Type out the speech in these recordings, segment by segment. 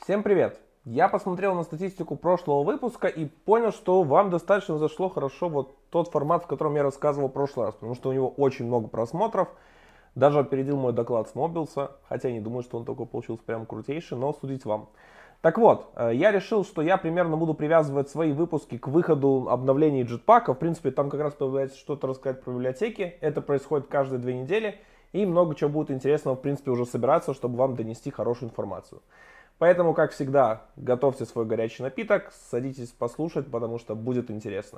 Всем привет! Я посмотрел на статистику прошлого выпуска и понял, что вам достаточно зашло хорошо вот тот формат, в котором я рассказывал в прошлый раз, потому что у него очень много просмотров, даже опередил мой доклад с Мобилса, хотя я не думаю, что он такой получился прям крутейший, но судить вам. Так вот, я решил, что я примерно буду привязывать свои выпуски к выходу обновлений Jetpack. В принципе, там как раз появляется что-то рассказать про библиотеки. Это происходит каждые 2 недели. И много чего будет интересного, в принципе, уже собираться, чтобы вам донести хорошую информацию. Поэтому, как всегда, готовьте свой горячий напиток, садитесь послушать, потому что будет интересно.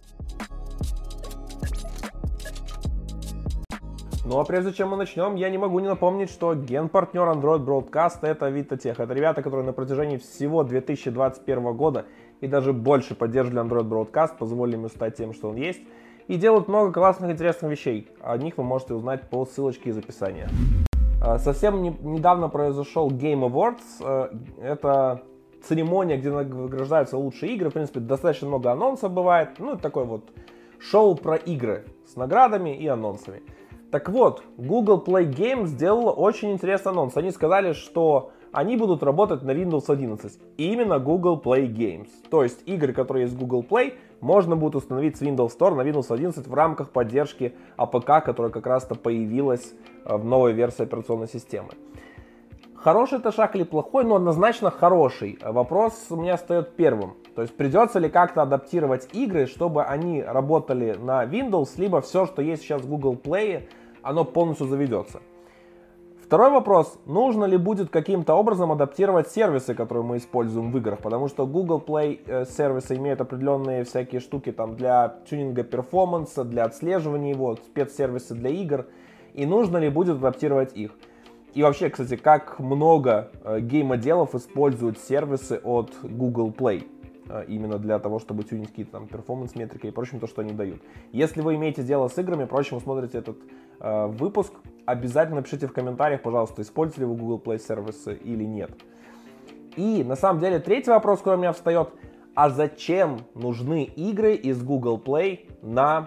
Ну а прежде чем мы начнем, я не могу не напомнить, что генпартнер Android Broadcast это VitaTech. Это ребята, которые на протяжении всего 2021 года и даже больше поддерживали Android Broadcast, позволили ему стать тем, что он есть, и делают много классных интересных вещей. О них вы можете узнать по ссылочке из описания. Совсем недавно произошел Game Awards. Это церемония, где награждаются лучшие игры. В принципе, достаточно много анонсов бывает. Ну, это такое вот шоу про игры с наградами и анонсами. Так вот, Google Play Games сделала очень интересный анонс. Они сказали, что они будут работать на Windows 11. И именно Google Play Games. То есть игры, которые есть в Google Play, можно будет установить с Windows Store на Windows 11 в рамках поддержки APK, которая как раз-то появилась в новой версии операционной системы. Хороший это шаг или плохой? Ну, однозначно хороший. Вопрос у меня встает первым. То есть придется ли как-то адаптировать игры, чтобы они работали на Windows, либо все, что есть сейчас в Google Play, оно полностью заведется. Второй вопрос, нужно ли будет каким-то образом адаптировать сервисы, которые мы используем в играх, потому что Google Play сервисы имеют определенные всякие штуки там для тюнинга перформанса, для отслеживания его, спецсервисы для игр, и нужно ли будет адаптировать их. И вообще, кстати, как много геймоделов используют сервисы от Google Play, именно для того, чтобы тюнить какие-то там перформанс-метрики и прочим, то, что они дают. Если вы имеете дело с играми, прочим, смотрите этот выпуск, обязательно пишите в комментариях, пожалуйста, используете ли вы Google Play сервисы или нет. И на самом деле третий вопрос, который у меня встает, а зачем нужны игры из Google Play на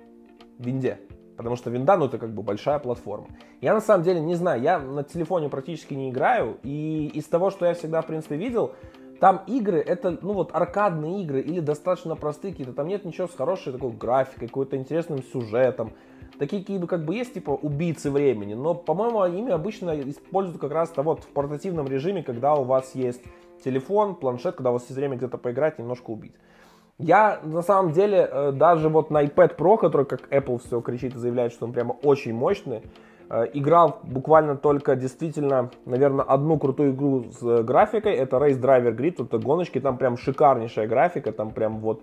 винде? Потому что винда, ну это как бы большая платформа. Я на самом деле не знаю, я на телефоне практически не играю, и из того, что я всегда в принципе видел, там игры, это, ну вот, аркадные игры или достаточно простые какие-то, там нет ничего с хорошей такой графикой, какой-то интересным сюжетом. Такие как бы есть, типа, убийцы времени, но, по-моему, ими обычно используют как раз-то вот в портативном режиме, когда у вас есть телефон, планшет, когда у вас есть время где-то поиграть, немножко убить. Я, на самом деле, даже вот на iPad Pro, который, как Apple все кричит и заявляет, что он прямо очень мощный, играл буквально только действительно, наверное, одну крутую игру с графикой, это Race Driver Grid, это гоночки, там прям шикарнейшая графика, там прям вот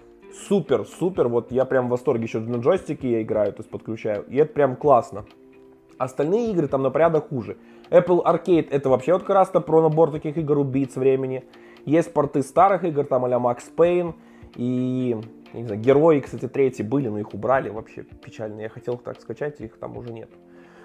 супер, вот я прям в восторге, еще на джойстике я играю, то есть подключаю, и это прям классно. Остальные игры там на порядок хуже. Apple Arcade это вообще вот как раз-то про набор таких игр убийц времени. Есть порты старых игр, там а-ля Max Payne и, не знаю, Герои, кстати, третьи были, но их убрали, вообще печально. Я хотел их так скачать, их там уже нет.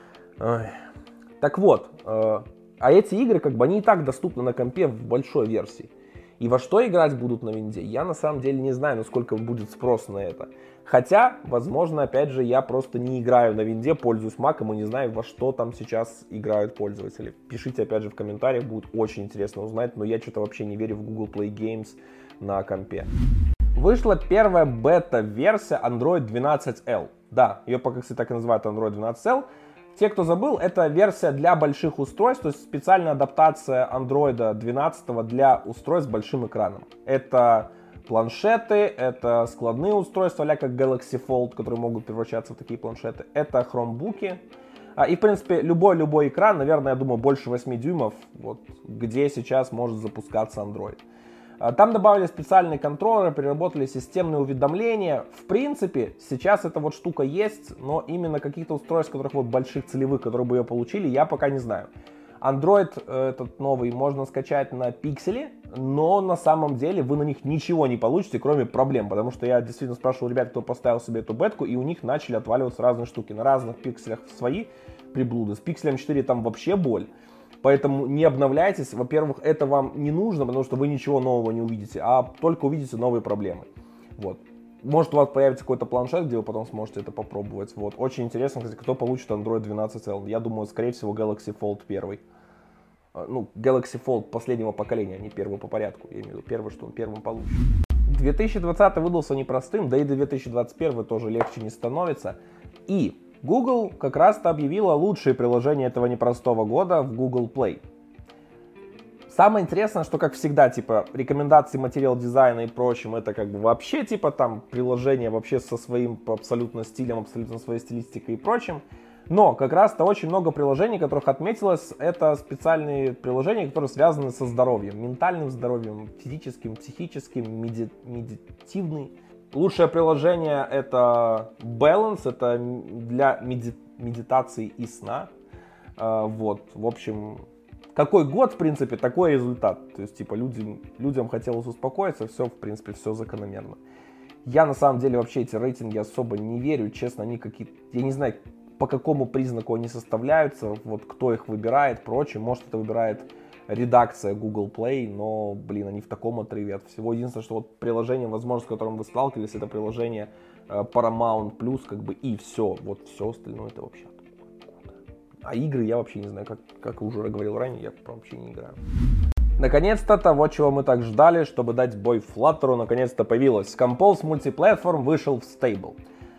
Ой. Так вот, а эти игры, как бы, они и так доступны на компе в большой версии. И во что играть будут на винде, я на самом деле не знаю, насколько будет спрос на это. Хотя, возможно, опять же, я просто не играю на винде, пользуюсь маком и не знаю, во что там сейчас играют пользователи. Пишите, опять же, в комментариях, будет очень интересно узнать, но я что-то вообще не верю в Google Play Games на компе. Вышла первая бета-версия Android 12L. Да, ее пока, кстати, так и называют Android 12L. Те, кто забыл, это версия для больших устройств, то есть специальная адаптация Android 12 для устройств с большим экраном. Это планшеты, это складные устройства, а-ля как Galaxy Fold, которые могут превращаться в такие планшеты. Это хромбуки. И, в принципе, любой экран, наверное, я думаю, больше 8 дюймов, вот, где сейчас может запускаться Android. Там добавили специальные контроллеры, переработали системные уведомления. В принципе, сейчас эта вот штука есть, но именно каких-то устройств, которых вот больших целевых, которые бы ее получили, я пока не знаю. Android этот новый можно скачать на Pixel, но на самом деле вы на них ничего не получите, кроме проблем, потому что я действительно спрашивал ребят, кто поставил себе эту бетку, и у них начали отваливаться разные штуки. На разных пикселях свои приблуды. С Pixel 4 там вообще боль. Поэтому не обновляйтесь. Во-первых, это вам не нужно, потому что вы ничего нового не увидите, а только увидите новые проблемы. Вот. Может, у вас появится какой-то планшет, где вы потом сможете это попробовать. Вот. Очень интересно, кстати, кто получит Android 12L. Я думаю, скорее всего, Galaxy Fold 1. Galaxy Fold последнего поколения, а не первый по порядку. Я имею в виду первый, что он первым получит. 2020 выдался непростым, да и 2021 тоже легче не становится. И Google как раз-то объявила лучшие приложения этого непростого года в Google Play. Самое интересное, что, как всегда, рекомендации материал дизайна и прочим, это вообще, там, приложение вообще со своим абсолютно стилем, абсолютно своей стилистикой и прочим. Но как раз-то очень много приложений, которых отметилось, это специальные приложения, которые связаны со здоровьем, ментальным здоровьем, физическим, психическим, медитивным. Лучшее приложение это Balance, это для медитации и сна. В общем, какой год, в принципе, такой результат. То есть, людям хотелось успокоиться, все, в принципе, все закономерно. Я, на самом деле, вообще эти рейтинги особо не верю, честно, они какие-то, я не знаю, по какому признаку они составляются, кто их выбирает, прочее. Может, это выбирает редакция Google Play, но, они в таком отрыве от всего. Единственное, что приложение, возможно, с которым вы сталкивались, это приложение Paramount+, и все. Все остальное это вообще откуда. А игры я вообще не знаю, как уже говорил ранее, я вообще не играю. Наконец-то того, чего мы так ждали, чтобы дать бой Flutter, наконец-то появилось. Compose Multiplatform вышел в стейбл.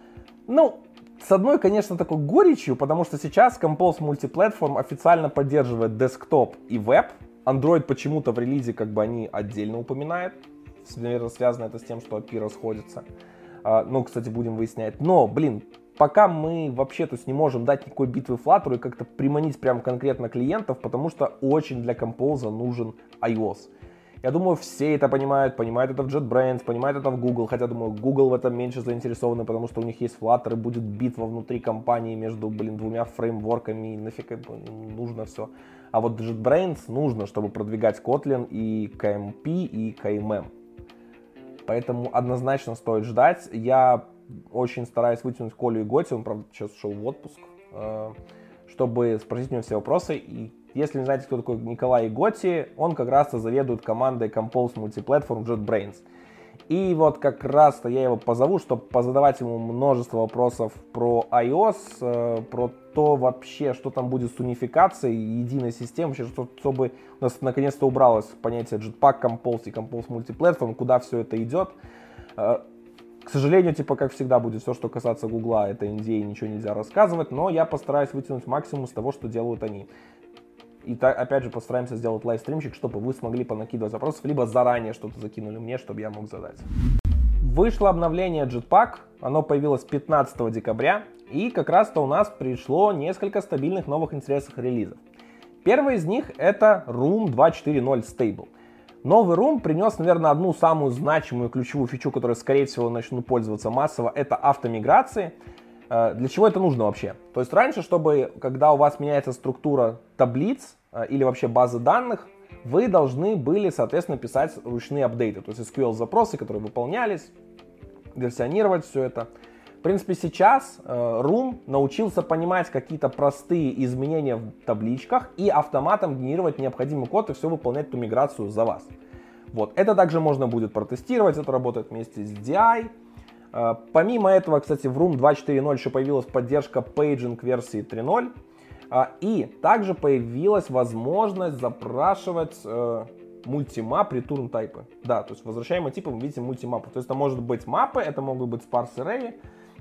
С одной, конечно, такой горечью, потому что сейчас Compose Multiplatform официально поддерживает десктоп и веб. Android почему-то в релизе они отдельно упоминают. Наверное, связано это с тем, что API расходятся. Кстати, будем выяснять. Но, пока мы вообще не можем дать никакой битвы Flutter и как-то приманить прям конкретно клиентов, потому что очень для Compose нужен iOS. Я думаю, все это понимают это в JetBrains, понимают это в Google, хотя, думаю, Google в этом меньше заинтересованы, потому что у них есть Flutter, и будет битва внутри компании между, двумя фреймворками, и нафиг нужно все. А вот JetBrains нужно, чтобы продвигать Kotlin и KMP, и KMM. Поэтому однозначно стоит ждать. Я очень стараюсь вытянуть Колю и Готи, он, правда, сейчас ушел в отпуск, чтобы спросить у него все вопросы. И если не знаете, кто такой Николай Готи, он как раз-то заведует командой Compose Multiplatform JetBrains. И как раз-то я его позову, чтобы позадавать ему множество вопросов про iOS, про то вообще, что там будет с унификацией, единой системой, чтобы у нас наконец-то убралось понятие Jetpack Compose и Compose Multiplatform, куда все это идет. К сожалению, как всегда, будет все, что касается Гугла, это NDA, ничего нельзя рассказывать, но я постараюсь вытянуть максимум из того, что делают они. И опять же постараемся сделать лайвстримчик, чтобы вы смогли понакидывать вопросов, либо заранее что-то закинули мне, чтобы я мог задать. Вышло обновление Jetpack, оно появилось 15 декабря, и как раз-то у нас пришло несколько стабильных новых интересных релизов. Первый из них это Room 2.4.0 Stable. Новый Room принес, наверное, одну самую значимую ключевую фичу, которой, скорее всего, начнут пользоваться массово, это автомиграции. Для чего это нужно вообще? То есть раньше, чтобы, когда у вас меняется структура таблиц или вообще базы данных, вы должны были, соответственно, писать ручные апдейты, то есть SQL-запросы, которые выполнялись, версионировать все это. В принципе, сейчас Room научился понимать какие-то простые изменения в табличках и автоматом генерировать необходимый код и все выполнять ту миграцию за вас. Это также можно будет протестировать, это работает вместе с DI. Помимо этого, кстати, в Room 2.4.0 еще появилась поддержка пейджинг версии 3.0. И также появилась возможность запрашивать мультимап return тайпы. Да, то есть возвращаемые типы мы видим мультимапы. То есть это может быть мапы, это могут быть sparse array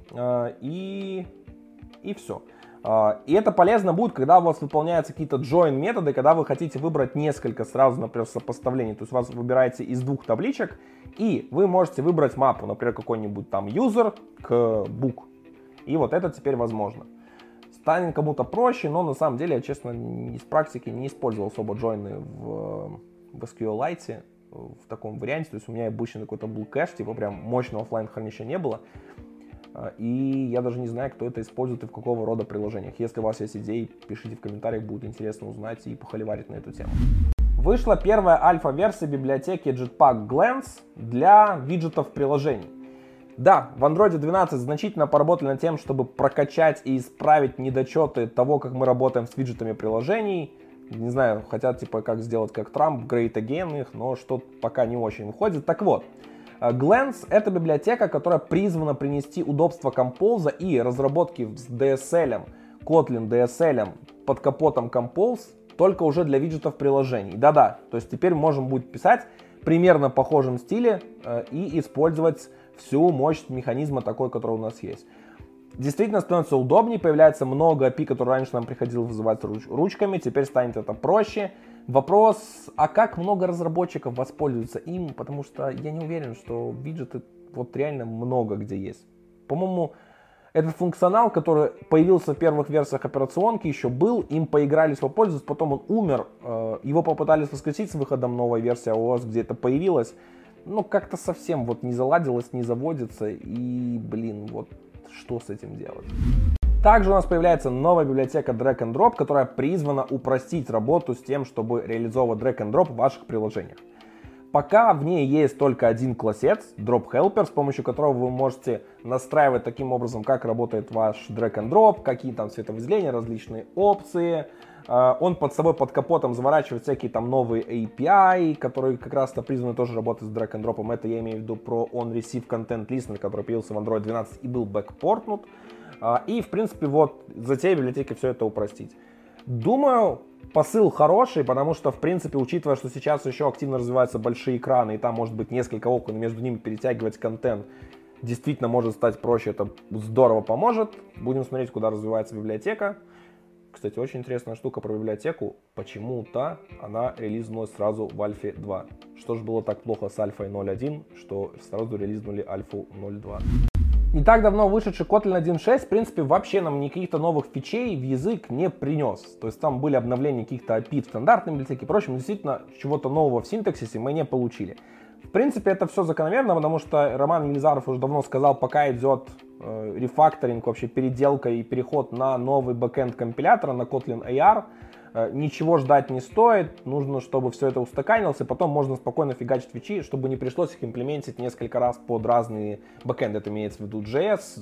и все. И это полезно будет, когда у вас выполняются какие-то join методы, когда вы хотите выбрать несколько сразу, например, сопоставлений. То есть вас выбираете из двух табличек, и вы можете выбрать мапу, например, какой-нибудь там user к book. И это теперь возможно. Станет кому-то проще, но на самом деле я, честно, из практики не использовал особо джойны в SQLite в таком варианте. То есть у меня обычно какой-то был кэш, прям мощного оффлайн хранилища не было. И я даже не знаю, кто это использует и в какого рода приложениях. Если у вас есть идеи, пишите в комментариях, будет интересно узнать и похоливарить на эту тему. Вышла первая альфа-версия библиотеки Jetpack Glance для виджетов приложений. Да, в Android 12 значительно поработали над тем, чтобы прокачать и исправить недочеты того, как мы работаем с виджетами приложений. Не знаю, хотят как сделать как Трамп, Great Again их, но что-то пока не очень выходит. Так вот, Glance — это библиотека, которая призвана принести удобство Compose и разработки с DSL, Kotlin DSL под капотом Compose только уже для виджетов приложений. Да-да, то есть теперь можем будет писать примерно в похожем стиле и использовать всю мощь механизма такой, который у нас есть. Действительно становится удобнее, появляется много API, которые раньше нам приходилось вызывать ручками, теперь станет это проще. Вопрос, а как много разработчиков воспользуются им, потому что я не уверен, что виджеты вот реально много где есть. По-моему, этот функционал, который появился в первых версиях операционки, еще был, им поигрались, попользовались, потом он умер, его попытались воскресить с выходом новой версии iOS, где это появилось, но как-то совсем вот не заладилось, не заводится, и, блин, вот что с этим делать? Также у нас появляется новая библиотека Drag and Drop, которая призвана упростить работу с тем, чтобы реализовывать Drag and Drop в ваших приложениях. Пока в ней есть только один классец, Drop Helper, с помощью которого вы можете настраивать таким образом, как работает ваш Drag and Drop, какие там цветовыделения, различные опции. Он под собой, под капотом заворачивает всякие там новые API, которые как раз-то призваны тоже работать с Drag and Drop. Это я имею в виду про On-Receive Content Listener, который появился в Android 12 и был бэкпортнут. И, в принципе, вот затея библиотеки все это упростить. Думаю, посыл хороший, потому что, в принципе, учитывая, что сейчас еще активно развиваются большие экраны, и там может быть несколько окон, и между ними перетягивать контент, действительно может стать проще, это здорово поможет. Будем смотреть, куда развивается библиотека. Кстати, очень интересная штука про библиотеку. Почему-то она релизнулась сразу в Альфе 2. Что же было так плохо с Альфой 0.1, что сразу релизнули Альфу 0.2. Не так давно вышедший Kotlin 1.6, в принципе, вообще нам никаких-то новых фичей в язык не принес. То есть там были обновления каких-то API в стандартной библиотеке и прочем. Действительно, чего-то нового в синтаксисе мы не получили. В принципе, это все закономерно, потому что Роман Елизаров уже давно сказал, пока идет рефакторинг, вообще переделка и переход на новый бэкэнд компилятора, на Kotlin AR, ничего ждать не стоит, нужно, чтобы все это устаканилось, и потом можно спокойно фигачить фичи, чтобы не пришлось их имплементить несколько раз под разные бэкэнды, это имеется в виду JS,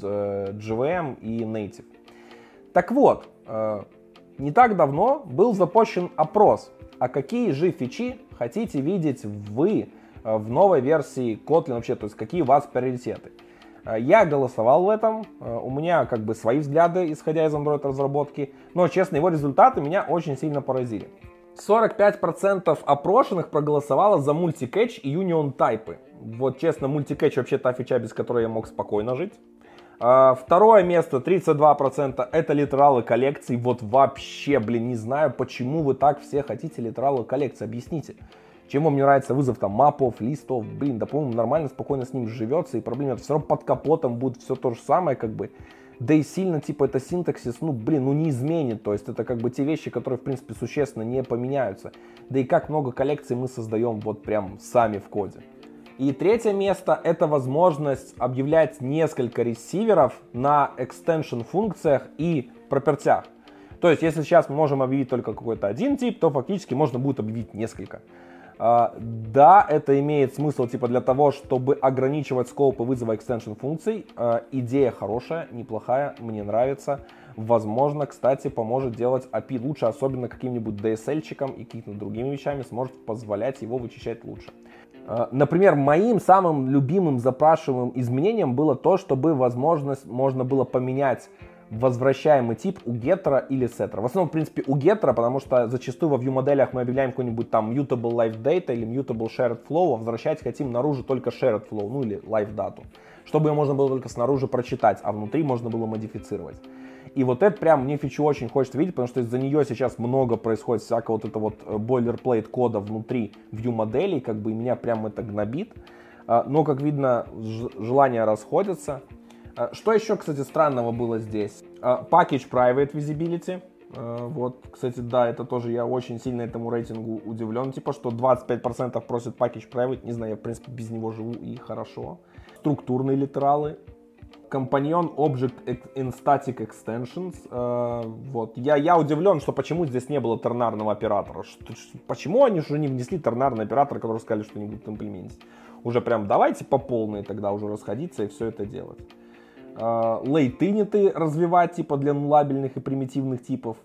JVM и Native. Так вот, не так давно был запущен опрос, а какие же фичи хотите видеть вы в новой версии Kotlin вообще, то есть какие у вас приоритеты. Я голосовал в этом, у меня как бы свои взгляды, исходя из Android разработки, но, честно, его результаты меня очень сильно поразили. 45% опрошенных проголосовало за мультикэч и union тайпы. Вот, честно, мультикэч вообще та фича, без которой я мог спокойно жить. Второе место, 32%, это литералы коллекций. Вот вообще, блин, не знаю, почему вы так все хотите литералы коллекций, объясните. Чем вам не нравится вызов там мапов, листов, блин, да, по-моему, нормально, спокойно с ним живется, и проблем нет. Все равно под капотом будет все то же самое, как бы. Да и сильно, типа, это синтаксис, ну, блин, ну не изменит. То есть это как бы те вещи, которые, в принципе, существенно не поменяются. Да и как много коллекций мы создаем вот прям сами в коде. И третье место — это возможность объявлять несколько ресиверов на extension функциях и пропертях. То есть, если сейчас мы можем объявить только какой-то один тип, то фактически можно будет объявить несколько. Да, это имеет смысл типа для того, чтобы ограничивать скопы вызова extension функций. Идея хорошая, неплохая, мне нравится. Возможно, кстати, поможет делать API лучше, особенно каким-нибудь DSL-чиком и какими-то другими вещами сможет позволять его вычищать лучше. Например, моим самым любимым запрашиваемым изменением было то, чтобы возможность можно было поменять возвращаемый тип у геттера или сеттера. В основном, в принципе, у геттера, потому что зачастую во view-моделях мы объявляем какой-нибудь там mutable live data или mutable shared flow, а возвращать хотим наружу только shared flow, ну или live data, чтобы ее можно было только снаружи прочитать, а внутри можно было модифицировать. И вот это прям мне фичу очень хочется видеть, потому что из-за нее сейчас много происходит всякого вот это вот boilerplate кода внутри view-моделей, как бы и меня прям это гнобит. Но, как видно, желания расходятся. Что еще, кстати, странного было здесь? Package Private Visibility. Вот, кстати, да, это тоже я очень сильно этому рейтингу удивлен. Типа, что 25% просят Package Private. Не знаю, я, в принципе, без него живу и хорошо. Структурные литералы. Companion Object in Static Extensions. Вот. Я удивлен, что почему здесь не было тернарного оператора. Почему они же не внесли тернарный оператор, который сказали, что не будут имплементить? Уже прям давайте по полной тогда уже расходиться и все это делать. Лейтиниты развивать типа для нулабельных и примитивных типов.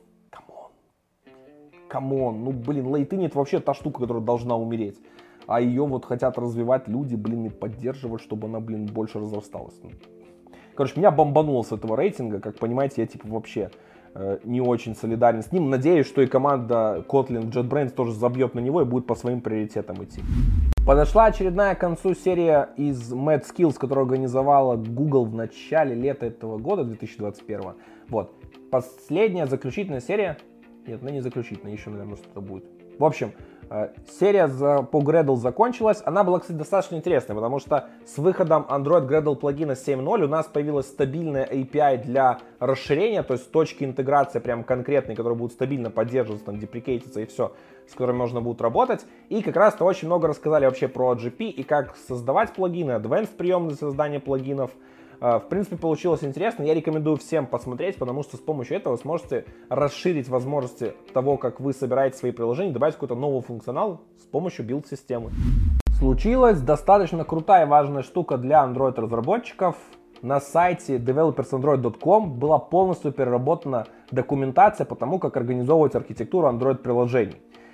Камон. Ну, блин, лейтинит вообще та штука, которая должна умереть. А ее вот хотят развивать люди, блин, и поддерживать, чтобы она, блин, больше разрасталась. Короче, меня бомбануло с этого рейтинга. Как понимаете, я типа вообще не очень солидарен с ним. Надеюсь, что и команда Kotlin JetBrains тоже забьет на него и будет по своим приоритетам идти. Подошла очередная к концу серия из Mad Skills, которую организовала Google в начале лета этого года, 2021. Вот. Последняя, заключительная серия. Нет, она не заключительная, еще, наверное, что-то будет. В общем, серия по Gradle закончилась. Она была, кстати, достаточно интересной, потому что с выходом Android Gradle плагина 7.0 у нас появилась стабильная API для расширения, то есть точки интеграции прям конкретные, которые будут стабильно поддерживаться, там, деприкейтиться и все, с которыми можно будет работать. И как раз-то очень много рассказали вообще про GP и как создавать плагины, Advanced прием для создания плагинов. В принципе, получилось интересно. Я рекомендую всем посмотреть, потому что с помощью этого вы сможете расширить возможности того, как вы собираете свои приложения, добавить какой-то новый функционал с помощью билд-системы. Случилась достаточно крутая и важная штука для Android-разработчиков. На сайте developersandroid.com была полностью переработана документация по тому, как организовывать архитектуру Android-приложений.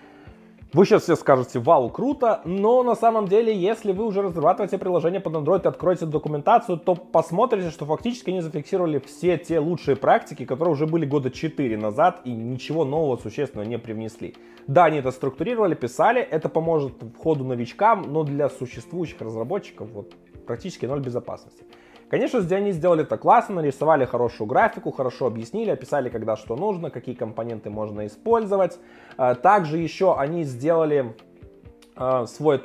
Вы сейчас все скажете: вау, круто, но на самом деле, если вы уже разрабатываете приложение под Android и откроете документацию, то посмотрите, что фактически они зафиксировали все те лучшие практики, которые уже были года 4 назад и ничего нового существенного не привнесли. Да, они это структурировали, писали, это поможет входу новичкам, но для существующих разработчиков вот, практически ноль безопасности. Конечно, они сделали это классно, нарисовали хорошую графику, хорошо объяснили, описали, когда что нужно, какие компоненты можно использовать. Также еще они сделали свой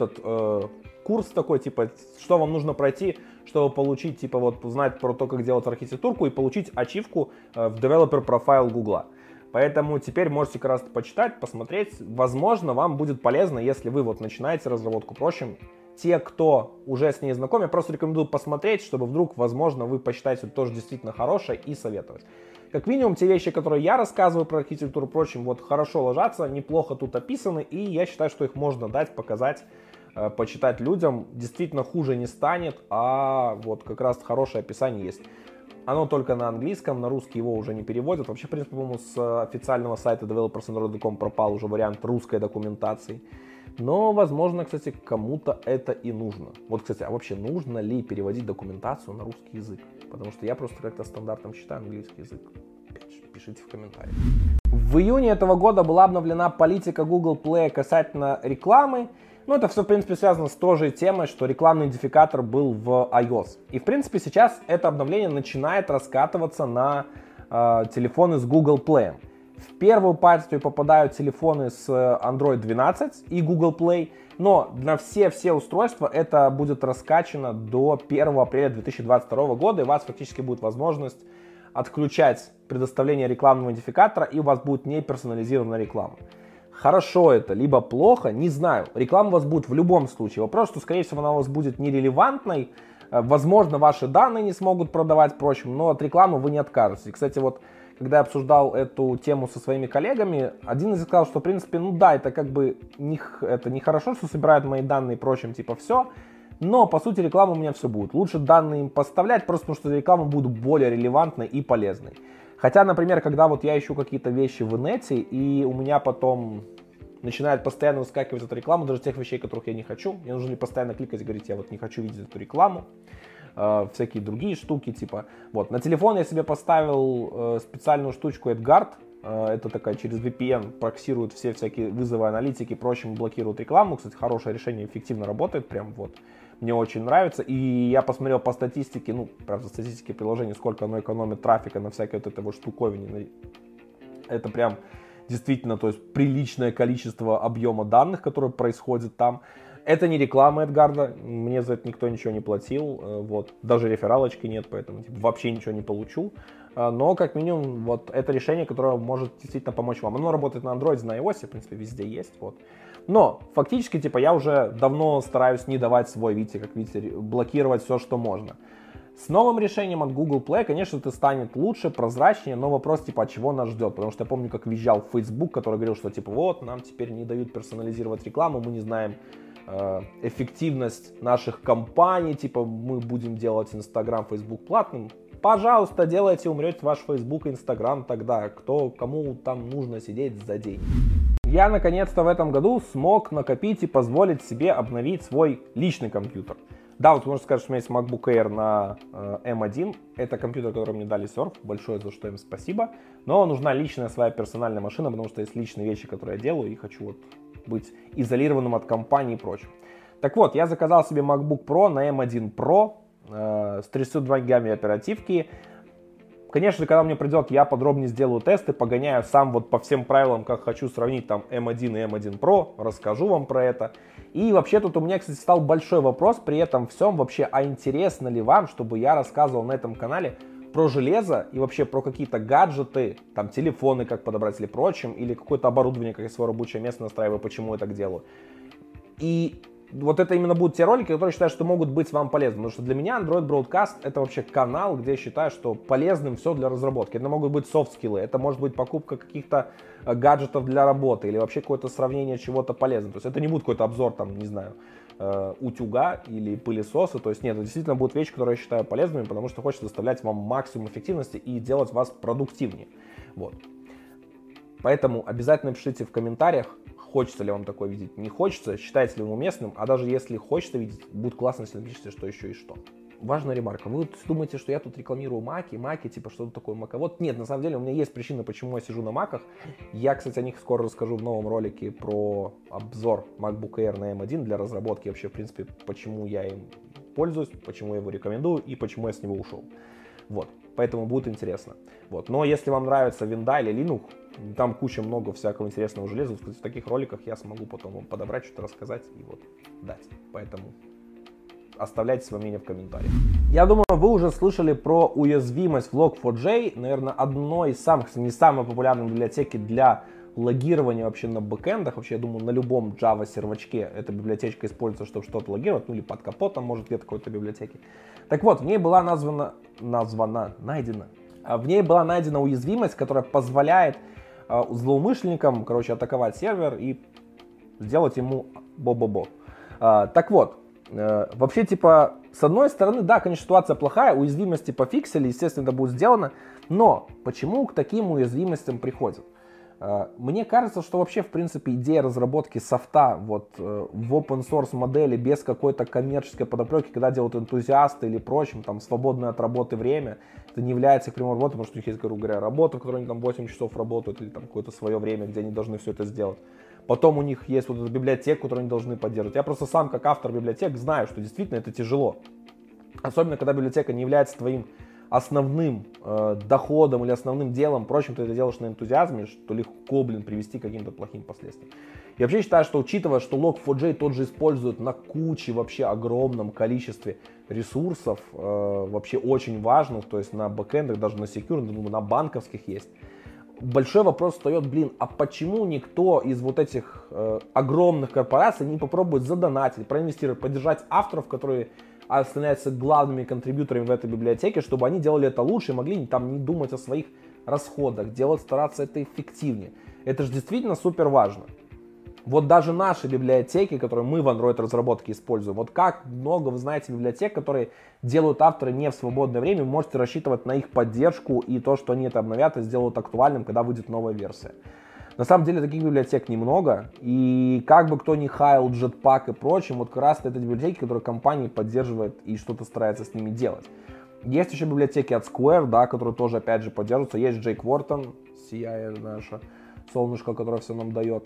курс такой, типа, что вам нужно пройти, чтобы получить, типа, вот, узнать про то, как делать архитектурку и получить ачивку в Developer Profile Google. Поэтому теперь можете как раз почитать, посмотреть. Возможно, вам будет полезно, если вы вот начинаете разработку. Впрочем, те, кто уже с ней знаком, я просто рекомендую посмотреть, чтобы вдруг, возможно, вы посчитаете это тоже действительно хорошее и советовать. Как минимум, те вещи, которые я рассказываю про архитектуру, впрочем, вот хорошо ложатся, неплохо тут описаны, и я считаю, что их можно дать, показать, почитать людям. Действительно хуже не станет, а вот как раз хорошее описание есть. Оно только на английском, на русский его уже не переводят. Вообще, в принципе, по-моему, с официального сайта developersandroid.com пропал уже вариант русской документации. Но, возможно, кстати, кому-то это и нужно. Вот, кстати, а вообще нужно ли переводить документацию на русский язык? Потому что я просто как-то стандартом считаю английский язык. Пишите в комментариях. В июне этого года была обновлена политика Google Play касательно рекламы. Ну, это все, в принципе, связано с той же темой, что рекламный идентификатор был в iOS. И, в принципе, сейчас это обновление начинает раскатываться на телефоны с Google Play. В первую партию попадают телефоны с Android 12 и Google Play, но на все устройства это будет раскачано до 1 апреля 2022 года, и у вас фактически будет возможность отключать предоставление рекламного идентификатора, и у вас будет не персонализированная реклама. Хорошо это, либо плохо, не знаю. Реклама у вас будет в любом случае. Вопрос, что, скорее всего, она у вас будет нерелевантной. Возможно, ваши данные не смогут продавать, впрочем, но от рекламы вы не откажетесь. И, кстати, вот, когда я обсуждал эту тему со своими коллегами, один из них сказал, что, в принципе, ну да, это как бы это не хорошо, что собирают мои данные и прочим, типа, все. Но, по сути, реклама у меня все будет. Лучше данные им поставлять, просто потому что реклама будет более релевантной и полезной. Хотя, например, когда вот я ищу какие-то вещи в инете, и у меня потом начинает постоянно выскакивать эта реклама, даже тех вещей, которых я не хочу. Мне нужно постоянно кликать и говорить: я вот не хочу видеть эту рекламу. Всякие другие штуки, типа. Вот. На телефон я себе поставил специальную штучку AdGuard. Это такая через VPN проксирует все всякие вызовы аналитики, прочим, блокирует рекламу. Кстати, хорошее решение, эффективно работает, прям вот. Мне очень нравится. И я посмотрел по статистике, ну, правда, статистике приложения, сколько оно экономит трафика на всякой вот этой вот штуковине. Это прям действительно, то есть приличное количество объема данных, которые происходят там. Это не реклама AdGuard, мне за это никто ничего не платил, вот, даже рефералочки нет, поэтому типа, вообще ничего не получу. Но, как минимум, вот это решение, которое может действительно помочь вам. Оно работает на Android, на iOS, в принципе, везде есть, вот. Но, фактически, типа, я уже давно стараюсь не давать свой, видите, как видите, блокировать все, что можно. С новым решением от Google Play, конечно, это станет лучше, прозрачнее, но вопрос, типа, от чего нас ждет? Потому что я помню, как визжал Facebook, который говорил, что, типа, вот, нам теперь не дают персонализировать рекламу, мы не знаем эффективность наших компаний, типа, мы будем делать Instagram, Facebook платным. Пожалуйста, делайте, умрете ваш Facebook и Instagram тогда, кому там нужно сидеть за деньги. Я, наконец-то, в этом году смог накопить и позволить себе обновить свой личный компьютер. Да, вот можно сказать, что у меня есть MacBook Air на M1. Это компьютер, который мне дали Surf. Большое за что им спасибо. Но нужна личная своя персональная машина, потому что есть личные вещи, которые я делаю, и хочу вот быть изолированным от компании и прочего. Так вот, я заказал себе MacBook Pro на M1 Pro с 32 гигами оперативки. Конечно, когда мне придет, я подробнее сделаю тесты, погоняю сам вот по всем правилам, как хочу сравнить там M1 и M1 Pro, расскажу вам про это. И вообще тут у меня, кстати, стал большой вопрос при этом всем вообще, а интересно ли вам, чтобы я рассказывал на этом канале про железо и вообще про какие-то гаджеты, там телефоны, как подобрать или прочим, или какое-то оборудование, как я свое рабочее место настраиваю, почему я так делаю. И вот это именно будут те ролики, которые я считаю, что могут быть вам полезны. Потому что для меня Android Broadcast это вообще канал, где я считаю, что полезным все для разработки. Это могут быть софт-скиллы, это может быть покупка каких-то гаджетов для работы или вообще какое-то сравнение чего-то полезного. То есть это не будет какой-то обзор, там, не знаю, утюга или пылесоса. То есть нет, это действительно будут вещи, которые я считаю полезными, потому что хочется доставлять вам максимум эффективности и делать вас продуктивнее. Вот. Поэтому обязательно пишите в комментариях, хочется ли вам такое видеть, не хочется, считаете ли вы уместным, а даже если хочется видеть, будет классно, если напишите, что еще и что. Важная ремарка. Вы думаете, что я тут рекламирую маки, типа что-то такое маковод? Нет, на самом деле у меня есть причина, почему я сижу на маках. Я, кстати, о них скоро расскажу в новом ролике про обзор MacBook Air на M1 для разработки. Вообще, в принципе, почему я им пользуюсь, почему я его рекомендую и почему я с него ушел. Вот, поэтому будет интересно. Вот. Но если вам нравится винда или Linux, там куча много всякого интересного железа. В таких роликах я смогу потом вам подобрать, что-то рассказать и вот дать. Поэтому оставляйте свое мнение в комментариях. Я думаю, вы уже слышали про уязвимость в Log4j, наверное, одной из самых, не самой популярной библиотеки для логирования вообще на бэкэндах. Вообще, я думаю, на любом Java сервачке эта библиотечка используется, чтобы что-то логировать, ну или под капотом, может, где-то какой-то библиотеки. Так вот, в ней была найдена уязвимость, которая позволяет злоумышленникам, атаковать сервер и сделать ему бо-бо-бо. Так вот, вообще, типа, с одной стороны, да, конечно, ситуация плохая, уязвимости пофиксили, естественно, это будет сделано, но почему к таким уязвимостям приходят? Мне кажется, что вообще, в принципе, идея разработки софта вот в open source модели без какой-то коммерческой подоплеки, когда делают энтузиасты или прочим, там, свободное от работы время, это не является их прямой работой, потому что у них есть, грубо говоря, работа, в которой они там 8 часов работают, или там какое-то свое время, где они должны все это сделать. Потом у них есть вот эта библиотека, которую они должны поддерживать. Я просто сам, как автор библиотек, знаю, что действительно это тяжело. Особенно, когда библиотека не является твоим основным доходом или основным делом, впрочем, ты это делаешь на энтузиазме, что легко, привести к каким-то плохим последствиям. Я вообще считаю, что учитывая, что Log4j тот же использует на куче, вообще огромном количестве ресурсов, вообще очень важных, то есть на бэкэндах, даже на secure, на банковских есть, большой вопрос встает, а почему никто из вот этих огромных корпораций не попробует задонатить, проинвестировать, поддержать авторов, которые становятся главными контрибьюторами в этой библиотеке, чтобы они делали это лучше и могли там не думать о своих расходах, стараться это эффективнее. Это же действительно супер важно. Вот даже наши библиотеки, которые мы в Android разработке используем, вот как много вы знаете библиотек, которые делают авторы не в свободное время, вы можете рассчитывать на их поддержку и то, что они это обновят и сделают актуальным, когда выйдет новая версия. На самом деле таких библиотек немного, и как бы кто ни хаял Jetpack и прочим, вот как раз это библиотеки, которые компания поддерживает и что-то старается с ними делать. Есть еще библиотеки от Square, да, которые тоже опять же поддерживаются, есть jQuery, CI наша, солнышко, которое все нам дает.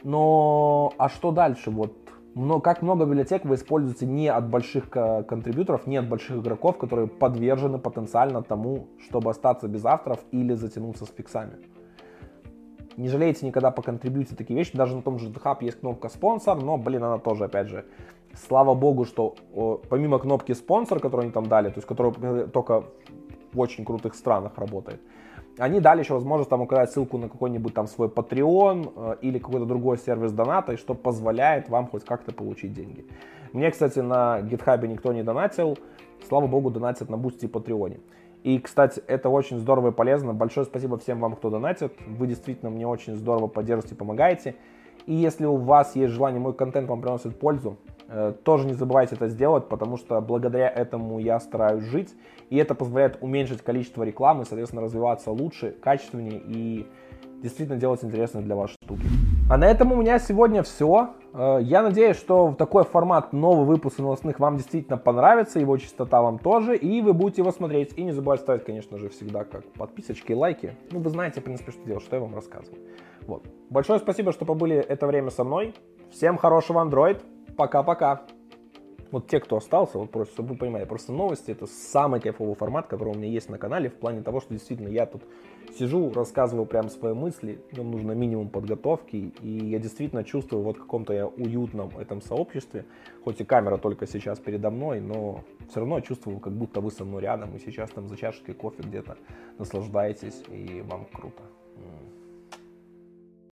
Но, а что дальше? Как много библиотек вы используете не от больших контрибьюторов, не от больших игроков, которые подвержены потенциально тому, чтобы остаться без авторов или затянуться с фиксами. Не жалейте никогда поконтрибьютить такие вещи. Даже на том же GitHub есть кнопка спонсор, но, она тоже, опять же, слава богу, что помимо кнопки спонсор, которую они там дали, то есть которая только в очень крутых странах работает, они дали еще возможность там указать ссылку на какой-нибудь там свой Patreon или какой-то другой сервис доната, что позволяет вам хоть как-то получить деньги. Мне, кстати, на GitHub никто не донатил. Слава богу, донатят на Boosty и Patreon. И, кстати, это очень здорово и полезно. Большое спасибо всем вам, кто донатит. Вы действительно мне очень здорово поддерживаете и помогаете. И если у вас есть желание, мой контент вам приносит пользу, тоже не забывайте это сделать, потому что благодаря этому я стараюсь жить. И это позволяет уменьшить количество рекламы, соответственно, развиваться лучше, качественнее и действительно делать интересные для вас штуки. А на этом у меня сегодня все. Я надеюсь, что такой формат, новый выпуск новостных вам действительно понравится, его частота вам тоже, и вы будете его смотреть. И не забывайте ставить, конечно же, всегда как подписочки и лайки. Ну, вы знаете, в принципе, что делать, что я вам рассказываю. Вот. Большое спасибо, что побыли это время со мной. Всем хорошего Android. Пока-пока. Вот те, кто остался, вот просто, чтобы вы понимали, просто новости — это самый кайфовый формат, который у меня есть на канале, в плане того, что действительно я тут сижу, рассказываю прям свои мысли, им нужно минимум подготовки, и я действительно чувствую вот в каком-то я уютном этом сообществе, хоть и камера только сейчас передо мной, но все равно чувствую, как будто вы со мной рядом, и сейчас там за чашечкой кофе где-то наслаждаетесь, и вам круто.